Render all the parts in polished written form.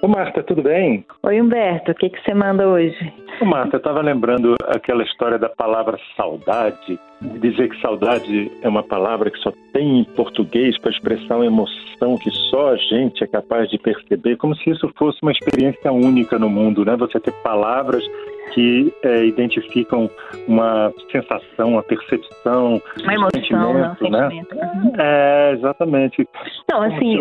Ô Marta, tudo bem? Oi Humberto, o que você manda hoje? Ô Marta, eu estava lembrando aquela história da palavra saudade, de dizer que saudade é uma palavra que só tem em português para expressar uma emoção que só a gente é capaz de perceber, como se isso fosse uma experiência única no mundo, né? Você ter palavras que identificam uma sensação, uma percepção, uma emoção, um sentimento, né? Exatamente. Não, assim,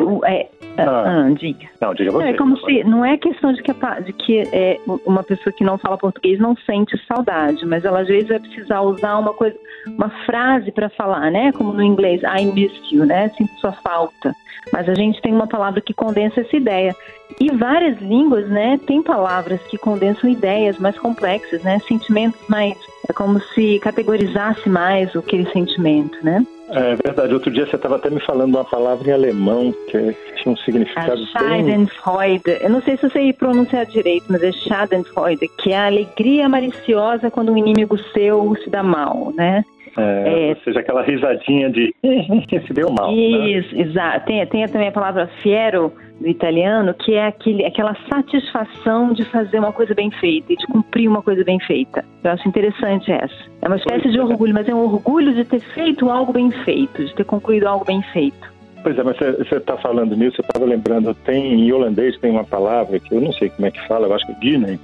diga. Não, diga você. É como se, não é questão de que uma pessoa que não fala português não sente saudade, mas ela às vezes vai precisar usar uma frase para falar, né? Como no inglês, I miss you, né? Sinto sua falta. Mas a gente tem uma palavra que condensa essa ideia. E várias línguas, né, tem palavras que condensam ideias mais complexas, né, sentimentos mais... É como se categorizasse mais aquele sentimento, né? É verdade. Outro dia você estava até me falando uma palavra em alemão que tinha um significado Schadenfreude. Eu não sei se eu sei pronunciar direito, mas é Schadenfreude, que é a alegria maliciosa quando um inimigo seu se dá mal, né? Ou seja, aquela risadinha de se deu mal. Isso, né? Exato. Tem também a palavra fiero, do italiano, que é aquela satisfação de fazer uma coisa bem feita e de cumprir uma coisa bem feita. Eu acho interessante essa. É uma espécie de orgulho, mas é um orgulho de ter feito algo bem feito, de ter concluído algo bem feito. Pois é, mas você está falando nisso, eu estava lembrando, em holandês tem uma palavra que eu não sei como é que fala, eu acho que é guinea,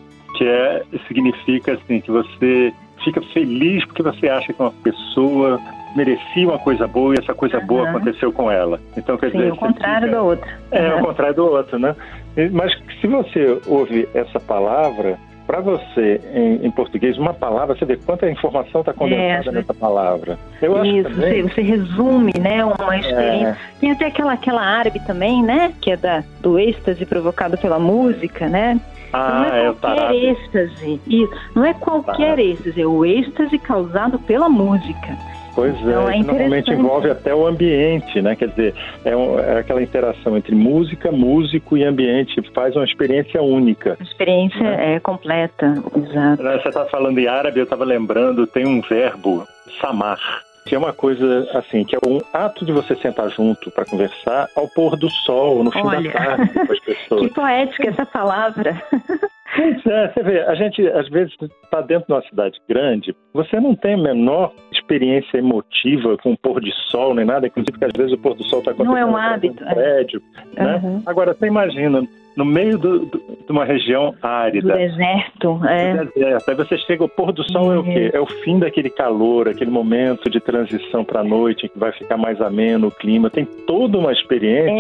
que significa assim, que você fica feliz porque você acha que uma pessoa merecia uma coisa boa e essa coisa boa aconteceu com ela. Então, quer dizer, o contrário da outra. O contrário do outro, né? Mas se você ouve essa palavra, para você, em português, uma palavra, você vê quanta informação está condensada nessa palavra. Eu acho isso, também... você resume, né, uma experiência. Tem até aquela árabe também, né, que é do êxtase provocado pela música, né? Não é qualquer êxtase. Isso. Não é qualquer êxtase, é o êxtase causado pela música. Pois então, normalmente envolve até o ambiente, né? Quer dizer, é aquela interação entre música, músico e ambiente, faz uma experiência única. A experiência completa, exato. Você está falando em árabe, eu estava lembrando, tem um verbo, samar, que é uma coisa assim, que é um ato de você sentar junto para conversar ao pôr do sol, no fim da tarde, com as pessoas. Que poética essa palavra. Pois você vê, a gente às vezes está dentro de uma cidade grande, você não tem a menor experiência emotiva com o pôr de sol nem nada, inclusive porque às vezes o pôr do sol está acontecendo não é um hábito, no prédio, né? Agora, você imagina, no meio de uma região árida, do deserto, aí você chega, o pôr do sol é o quê? É o fim daquele calor, aquele momento de transição para a noite, em que vai ficar mais ameno o clima, tem toda uma experiência.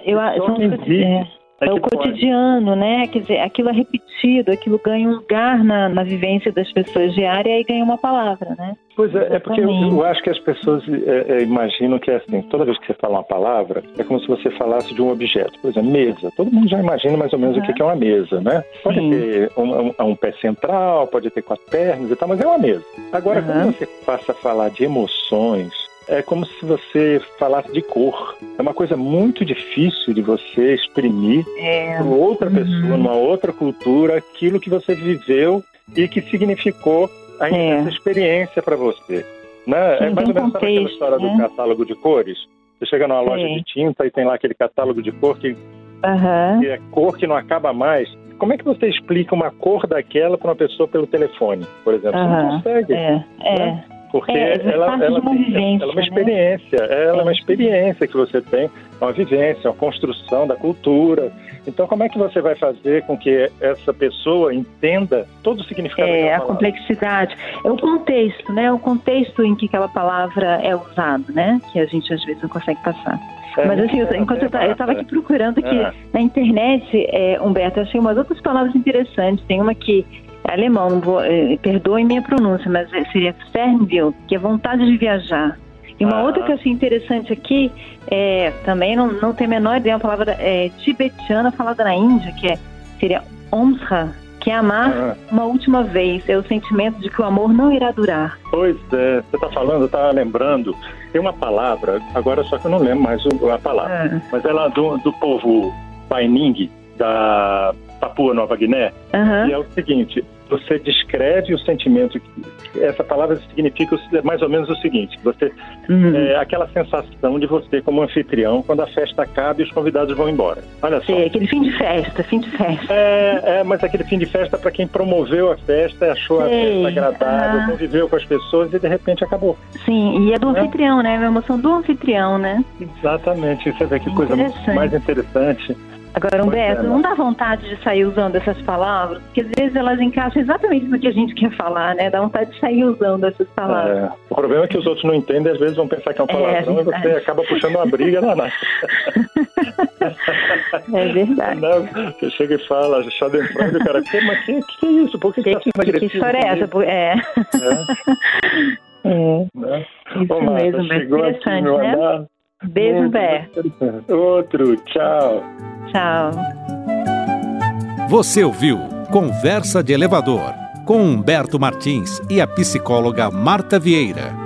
É o cotidiano, né? Quer dizer, aquilo é repetido, aquilo ganha um lugar na vivência das pessoas diária e aí ganha uma palavra, né? Pois é porque eu acho que as pessoas imaginam que é assim, toda vez que você fala uma palavra, é como se você falasse de um objeto. Por exemplo, mesa. Todo mundo já imagina mais ou menos o que é uma mesa, né? Pode ter um pé central, pode ter 4 pernas e tal, mas é uma mesa. Agora, quando você passa a falar de emoções, é como se você falasse de cor. É uma coisa muito difícil de você exprimir para outra pessoa, numa outra cultura, aquilo que você viveu e que significou essa experiência para você. Né? Sim, é mais ou menos aquela história do catálogo de cores. Você chega numa loja de tinta e tem lá aquele catálogo de cor que é cor que não acaba mais. Como é que você explica uma cor daquela para uma pessoa pelo telefone, por exemplo? Você não consegue. Né? Porque ela é uma experiência, ela é uma experiência que você tem, uma vivência, uma construção da cultura. Então, como é que você vai fazer com que essa pessoa entenda todo o significado daquela palavra? A complexidade. É o contexto, né? O contexto em que aquela palavra é usada, né? Que a gente às vezes não consegue passar. Mas assim, enquanto eu estava aqui procurando aqui na internet, Humberto, eu achei umas outras palavras interessantes. Tem uma que alemão, não vou, perdoe minha pronúncia, mas seria Fernweh, que é vontade de viajar. E uma outra que eu achei interessante aqui, também não tem a menor ideia, uma palavra tibetiana falada na Índia, seria Omsra, que é amar uma última vez, é o sentimento de que o amor não irá durar. Pois é, você está falando, eu estava lembrando, tem uma palavra, agora só que eu não lembro mais a palavra, mas ela é do povo Paining, da Papua Nova Guiné, e é o seguinte, você descreve o sentimento. Essa palavra significa mais ou menos o seguinte: você aquela sensação de você como anfitrião quando a festa acaba e os convidados vão embora. Olha só. Sim, aquele fim de festa. Mas aquele fim de festa para quem promoveu a festa, achou a festa agradável, conviveu com as pessoas e de repente acabou. Sim, e é do anfitrião, né? A emoção do anfitrião, né? Exatamente. Você vê que coisa mais interessante. Agora, Humberto, não dá vontade de sair usando essas palavras? Porque às vezes elas encaixam exatamente no que a gente quer falar, né? Dá vontade de sair usando essas palavras. O problema é que os outros não entendem, às vezes vão pensar que é um palavrão e você acaba puxando uma briga danada. É verdade. Não, você chega e fala, Schadenfreude, o cara, mas que é isso? Por que você está sendo agressivo? Que história é essa? Isso mesmo, chegou aqui, meu andar. Beijo, Humberto. Outro, tchau. Tchau. Você ouviu Conversa de Elevador, com Humberto Martins e a psicóloga Marta Vieira.